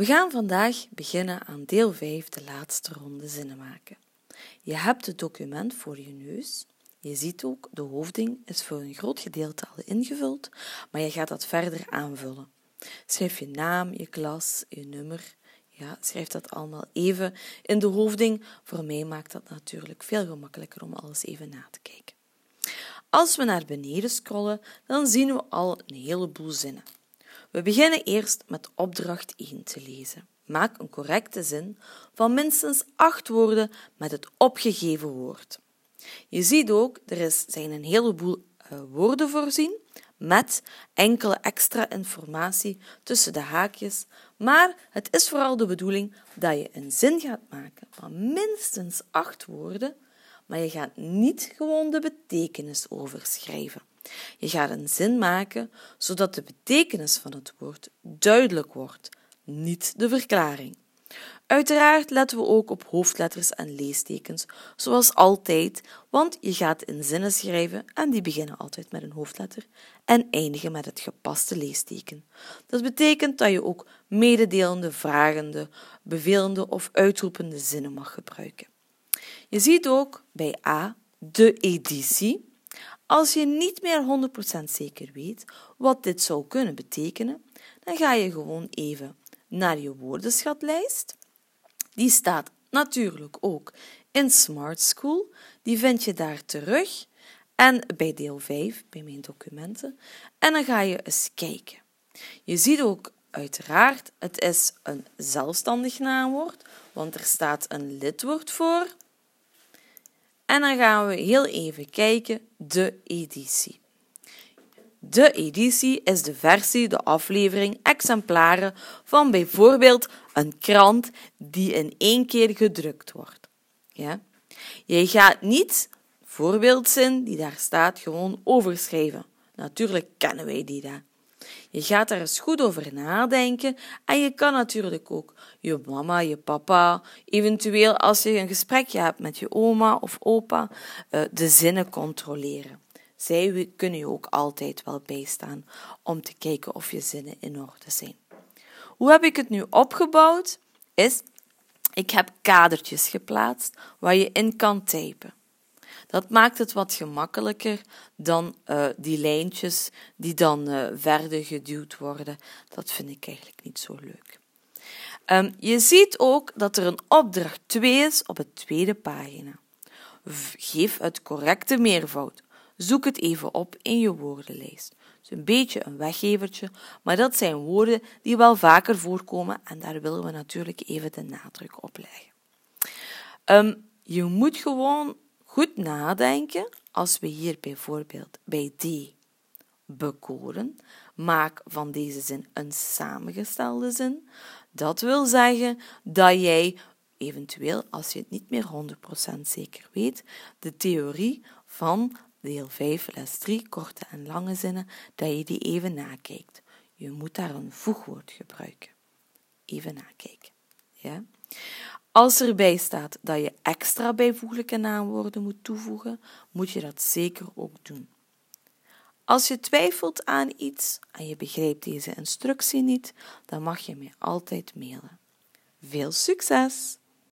We gaan vandaag beginnen aan deel 5, de laatste ronde zinnen maken. Je hebt het document voor je neus. Je ziet ook, de hoofding is voor een groot gedeelte al ingevuld, maar je gaat dat verder aanvullen. Schrijf je naam, je klas, je nummer. Ja, schrijf dat allemaal even in de hoofding. Voor mij maakt dat natuurlijk veel gemakkelijker om alles even na te kijken. Als we naar beneden scrollen, dan zien we al een heleboel zinnen. We beginnen eerst met opdracht 1 te lezen. Maak een correcte zin van minstens 8 woorden met het opgegeven woord. Je ziet ook, zijn een heleboel woorden voorzien met enkele extra informatie tussen de haakjes, maar het is vooral de bedoeling dat je een zin gaat maken van minstens 8 woorden, maar je gaat niet gewoon de betekenis overschrijven. Je gaat een zin maken zodat de betekenis van het woord duidelijk wordt, niet de verklaring. Uiteraard letten we ook op hoofdletters en leestekens, zoals altijd, want je gaat in zinnen schrijven en die beginnen altijd met een hoofdletter en eindigen met het gepaste leesteken. Dat betekent dat je ook mededelende, vragende, bevelende of uitroepende zinnen mag gebruiken. Je ziet ook bij A de editie. Als je niet meer 100% zeker weet wat dit zou kunnen betekenen, dan ga je gewoon even naar je woordenschatlijst. Die staat natuurlijk ook in Smart School. Die vind je daar terug en bij deel 5, bij mijn documenten. En dan ga je eens kijken. Je ziet ook uiteraard, het is een zelfstandig naamwoord, want er staat een lidwoord voor. En dan gaan we heel even kijken, de editie. De editie is de versie, de aflevering, exemplaren van bijvoorbeeld een krant die in 1 keer gedrukt wordt. Ja? Je gaat niet voorbeeldzin die daar staat gewoon overschrijven. Natuurlijk kennen wij die daar. Je gaat daar eens goed over nadenken en je kan natuurlijk ook je mama, je papa, eventueel als je een gesprekje hebt met je oma of opa, de zinnen controleren. Zij kunnen je ook altijd wel bijstaan om te kijken of je zinnen in orde zijn. Hoe heb ik het nu opgebouwd? Ik heb kadertjes geplaatst waar je in kan typen. Dat maakt het wat gemakkelijker dan die lijntjes die dan verder geduwd worden. Dat vind ik eigenlijk niet zo leuk. Je ziet ook dat er een opdracht 2 is op de tweede pagina. Geef het correcte meervoud. Zoek het even op in je woordenlijst. Het is een beetje een weggevertje, maar dat zijn woorden die wel vaker voorkomen en daar willen we natuurlijk even de nadruk op leggen. Je moet gewoon goed nadenken als we hier bijvoorbeeld bij D bekoren. Maak van deze zin een samengestelde zin. Dat wil zeggen dat jij eventueel, als je het niet meer 100% zeker weet, de theorie van deel 5, les 3, korte en lange zinnen, dat je die even nakijkt. Je moet daar een voegwoord gebruiken. Even nakijken. Ja? Als erbij staat dat je extra bijvoeglijke naamwoorden moet toevoegen, moet je dat zeker ook doen. Als je twijfelt aan iets en je begrijpt deze instructie niet, dan mag je mij altijd mailen. Veel succes!